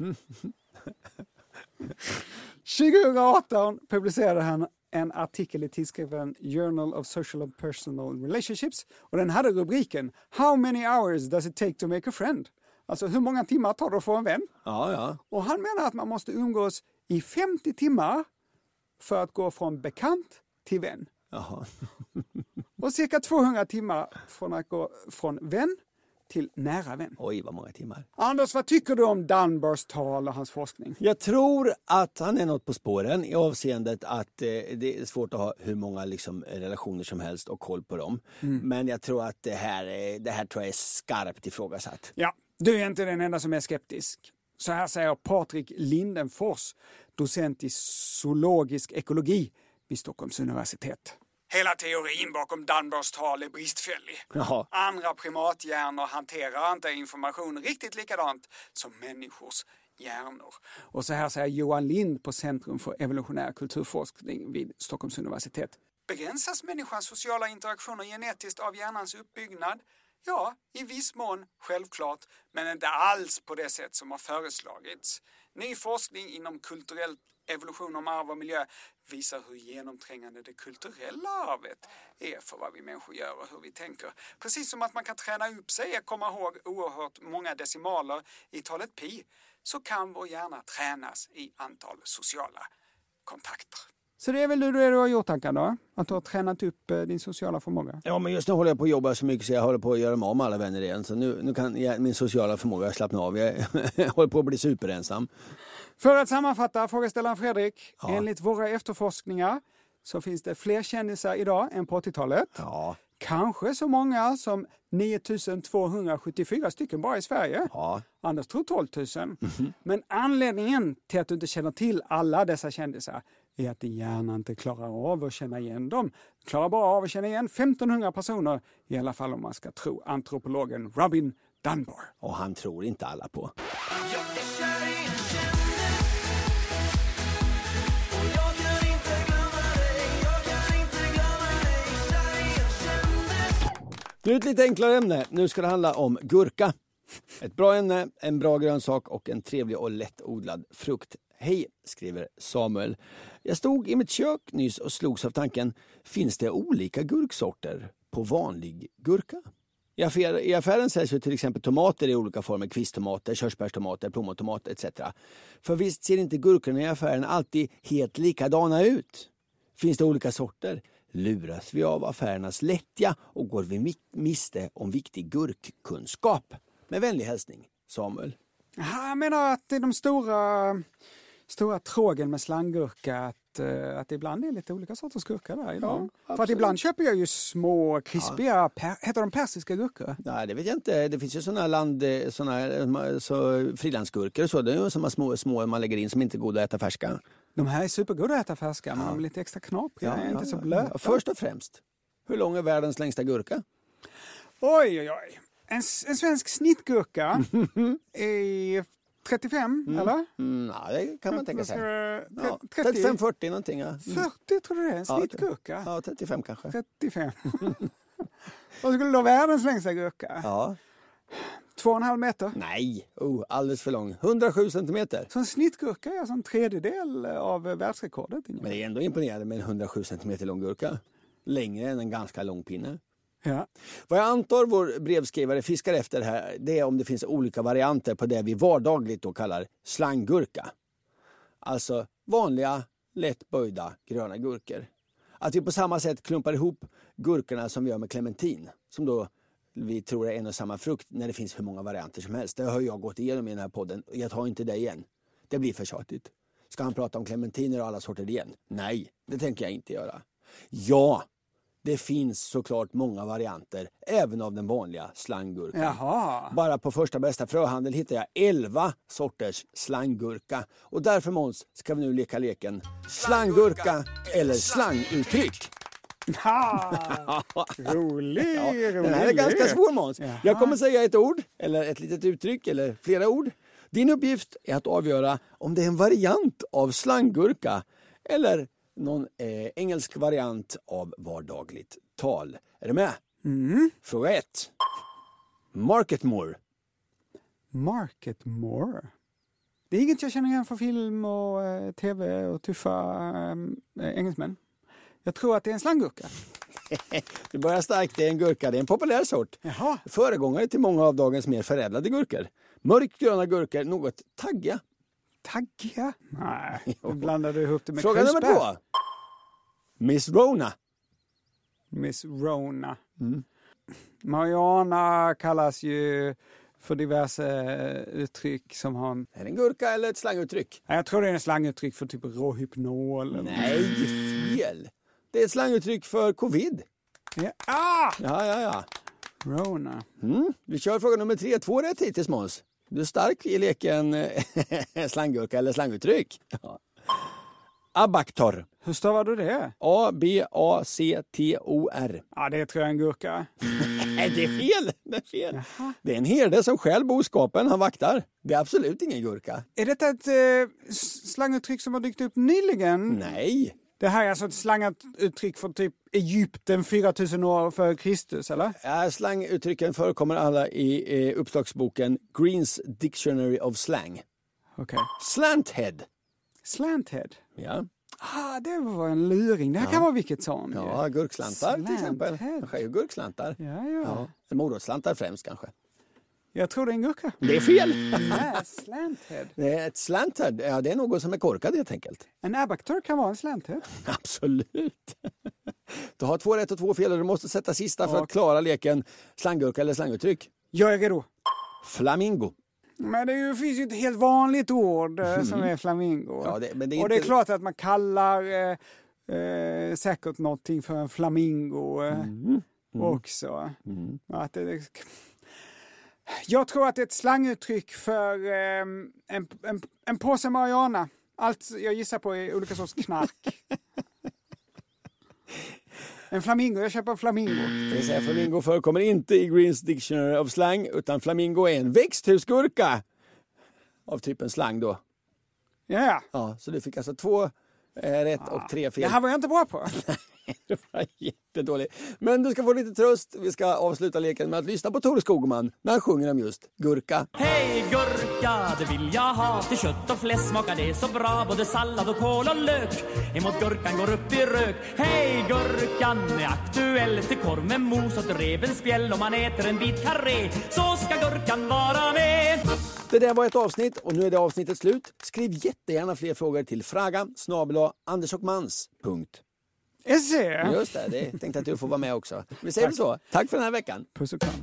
S3: 2018 publicerade han en artikel i tidskriften Journal of Social and Personal Relationships och den hade rubriken How many hours does it take to make a friend? Alltså hur många timmar tar det att få en vän?
S2: Ja.
S3: Och han menar att man måste umgås i 50 timmar för att gå från bekant till vän.
S2: Jaha.
S3: Och cirka 200 timmar från att gå från vän till nära vän.
S2: Oj, vad många timmar.
S3: Anders, vad tycker du om Dunbars tal och hans forskning?
S2: Jag tror att han är något på spåren i avseendet att det är svårt att ha hur många relationer som helst och koll på dem. Men jag tror att det här tror jag är skarpt ifrågasatt.
S3: Ja, du är inte den enda som är skeptisk. Så här säger Patrik Lindenfors, docent i zoologisk ekologi vid Stockholms universitet. Hela teorin bakom Dunbars tal är bristfällig.
S2: Jaha.
S3: Andra primathjärnor hanterar inte information riktigt likadant som människors hjärnor. Och så här säger Johan Lind på Centrum för evolutionär kulturforskning vid Stockholms universitet. Begränsas människans sociala interaktioner genetiskt av hjärnans uppbyggnad? Ja, i viss mån, självklart, men inte alls på det sätt som har föreslagits. Ny forskning inom kulturell evolution om arv och miljö visar hur genomträngande det kulturella arvet är för vad vi människor gör och hur vi tänker. Precis som att man kan träna upp sig att komma ihåg oerhört många decimaler i talet pi, så kan vår hjärna tränas i antal sociala kontakter. Så det är väl det du har gjort, Ankan, då? Att du har tränat upp din sociala förmåga?
S2: Ja, men just nu håller jag på att jobba så mycket så jag håller på att göra mig av med alla vänner igen. Så nu kan min sociala förmåga slappna av. Jag håller på att bli superensam.
S3: För att sammanfatta, frågeställaren Fredrik. Ja. Enligt våra efterforskningar så finns det fler kändisar idag än på 80-talet.
S2: Ja.
S3: Kanske så många som 9274 stycken bara i Sverige.
S2: Ja.
S3: Anders tror 12 000. Men anledningen till att du inte känner till alla dessa kändisar är att din hjärna inte klarar av att känna igen dem. Klarar bara av att känna igen 1500 personer, i alla fall om man ska tro antropologen Robin Dunbar.
S2: Och han tror inte alla på. Nu ett lite enklare ämne. Nu ska det handla om gurka. Ett bra ämne, en bra grönsak och en trevlig och lättodlad frukt. Hej, skriver Samuel. Jag stod i mitt kök nyss och slogs av tanken, finns det olika gurksorter på vanlig gurka? I affären säljs ju till exempel tomater i olika former, kvisttomater, körsbärstomater, plommontomater etc. För visst ser inte gurkorna i affären alltid helt likadana ut? Finns det olika sorter? Luras vi av affärernas lättja och går vi miste om viktig gurkkunskap? Med vänlig hälsning, Samuel.
S3: Jag menar att det är de stora trågen med slanggurka, att det ibland är lite olika sorters gurka där idag. Ja, för att ibland köper jag ju små, krispiga, heter de persiska gurkor?
S2: Nej, det vet jag inte. Det finns ju frilandsgurkor och så. Det är ju sådana små man lägger in som inte är goda att äta färska.
S3: De här är supergoda att äta färska, men de är lite extra knapriga, inte så blöta.
S2: Först och främst, hur lång är världens längsta gurka?
S3: Oj. En svensk snittgurka är 35, eller?
S2: Ja, det kan man tänka sig.
S3: 30,
S2: 35-40 någonting. Ja.
S3: 40 tror du det är en snittgurka?
S2: Ja, 35 kanske.
S3: 35. Vad skulle då världens längsta gurka?
S2: Ja.
S3: 2,5 meter?
S2: Nej, alldeles för lång. 107 centimeter.
S3: Så en snittgurka är alltså en tredjedel av världsrekordet.
S2: Men det är ändå imponerande med en 107 centimeter lång gurka. Längre än en ganska lång pinne.
S3: Ja.
S2: Vad jag antar vår brevskrivare fiskar efter här, det är om det finns olika varianter på det vi vardagligt då kallar slanggurka. Alltså vanliga, lätt böjda gröna gurkor. Att vi på samma sätt klumpar ihop gurkorna som vi gör med clementin, som då vi tror är en och samma frukt, när det finns hur många varianter som helst. Det har jag gått igenom i den här podden. Jag tar inte det igen. Det blir för tjatigt. Ska han prata om clementiner och alla sorter igen? Nej, det tänker jag inte göra. Ja, det finns såklart många varianter, även av den vanliga slanggurkan.
S3: Jaha.
S2: Bara på första bästa fröhandel hittar jag 11 sorters slanggurka. Och därför, Måns, ska vi nu leka leken slanggurka eller slanguttryck.
S3: Rolig.
S2: Den här är ganska svår, Måns. Jag kommer säga ett ord, eller ett litet uttryck, eller flera ord. Din uppgift är att avgöra om det är en variant av slanggurka eller någon engelsk variant av vardagligt tal. Är du med? Fråga 1. Marketmore.
S3: Marketmore? Det är inget jag känner igen från film och tv och tuffa engelsmän. Jag tror att det är en slanggurka.
S2: Du börjar starkt, det är en gurka. Det är en populär sort.
S3: Jaha.
S2: Föregångare till många av dagens mer förädlade gurkor. Mörkgröna gurkor, något taggiga.
S3: Taggiga? Nej, nu blandar du ihop det med
S2: Fråga
S3: krusbär.
S2: nummer 2. Miss Rona.
S3: Miss Rona. Mariana kallas ju för diverse uttryck som har...
S2: Är det en gurka eller ett slanguttryck?
S3: Jag tror det är en slanguttryck för typ råhypnol.
S2: Nej, fel. Det är ett slanguttryck för covid. Ja.
S3: Rona.
S2: Vi kör fråga nummer 3. 2 rätt hittills, Måns. Du är stark i leken slanggurka eller slanguttryck. Ja. Abaktor.
S3: Hur stavar du det?
S2: A-B-A-C-T-O-R.
S3: Ja, det tror jag är en gurka.
S2: Nej, det är fel. Det är en herde som stjäl boskapen han vaktar. Det är absolut ingen gurka.
S3: Är detta ett slanguttryck som har dykt upp nyligen?
S2: Nej.
S3: Det här är alltså ett slanguttryck från typ Egypten 4000 år före Kristus, eller?
S2: Ja, slanguttrycken förekommer alla i uppslagsboken Green's Dictionary of Slang.
S3: Okej.
S2: Slanthead.
S3: Slanthead?
S2: Ja.
S3: Det var en luring. Det här kan vara vilket som.
S2: Ja, gurkslantar till exempel. Kanske gurkslantar.
S3: Ja.
S2: Morotsslantar främst kanske.
S3: Jag tror det är en gurka.
S2: Det är fel.
S3: Nej, slanthead.
S2: Det är ett slanthead. Ja, det är något som är korkad helt enkelt.
S3: En abaktor kan vara en slanthead.
S2: Absolut. Du har 2 rätt och 2 fel och du måste sätta sista för att klara leken slanggurka eller slanguttryck.
S3: Jag är redo.
S2: Flamingo.
S3: Men det finns ju ett helt vanligt ord som är flamingo.
S2: Ja, men det är
S3: och det är
S2: inte...
S3: klart att man kallar säkert någonting för en flamingo också. Att jag tror att det är ett slanguttryck för en påse marijuana. Allt jag gissar på är olika sorts knark. En flamingo, jag köper en flamingo.
S2: Det vill säga, flamingo förekommer inte i Green's Dictionary of Slang, utan flamingo är en växthusgurka av typen slang då.
S3: Ja.
S2: Ja, så du fick alltså 2 rätt och 3 fel.
S3: Det här var jag inte bra på.
S2: Det var jättedåligt. Men du ska få lite tröst. Vi ska avsluta leken med att lyssna på Tore Skogman när han sjunger om just gurka.
S5: Hej gurka, det vill jag ha. Till kött och fläsk smakar det så bra. Både sallad och kål och lök. Emot gurkan går upp i rök. Hej gurkan är aktuell. Till korv med mos och revens spjäll. Om man äter en bit karré så ska gurkan vara med.
S2: Det där var ett avsnitt och nu är det avsnittet slut. Skriv jättegärna fler frågor till fraga@andersochmans.se. Just det, tänkte att du får vara med också. Vi säger det så. Tack för den här veckan.
S3: Puss och kram.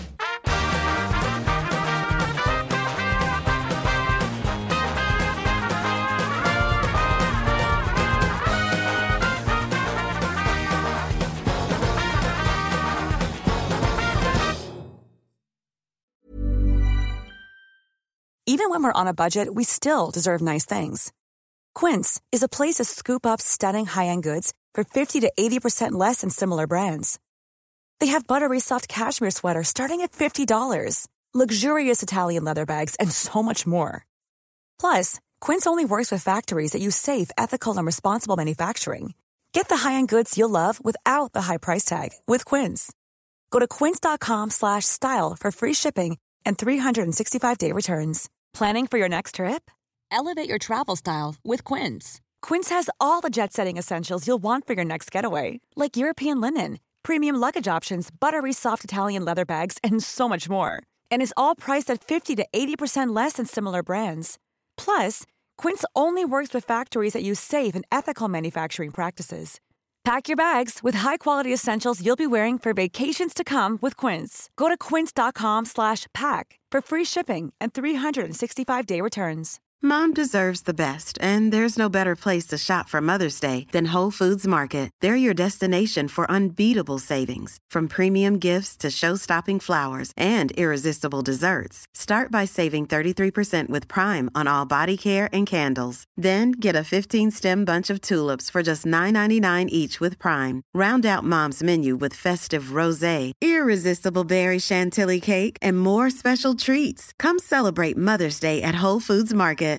S8: Even when we're on a budget, we still deserve nice things. Quince is a place to scoop up stunning high-end goods for 50 to 80% less than similar brands. They have buttery soft cashmere sweaters starting at $50, luxurious Italian leather bags, and so much more. Plus, Quince only works with factories that use safe, ethical, and responsible manufacturing. Get the high-end goods you'll love without the high price tag with Quince. Go to quince.com/style for free shipping and 365-day returns. Planning for your next trip? Elevate your travel style with Quince. Quince has all the jet-setting essentials you'll want for your next getaway, like European linen, premium luggage options, buttery soft Italian leather bags, and so much more. And is all priced at 50 to 80% less than similar brands. Plus, Quince only works with factories that use safe and ethical manufacturing practices. Pack your bags with high-quality essentials you'll be wearing for vacations to come with Quince. Go to quince.com/pack for free shipping and 365-day returns.
S9: Mom deserves the best, and there's no better place to shop for Mother's Day than Whole Foods Market. They're your destination for unbeatable savings, from premium gifts to show-stopping flowers and irresistible desserts. Start by saving 33% with Prime on all body care and candles. Then get a 15-stem bunch of tulips for just $9.99 each with Prime. Round out Mom's menu with festive rosé, irresistible berry chantilly cake, and more special treats. Come celebrate Mother's Day at Whole Foods Market.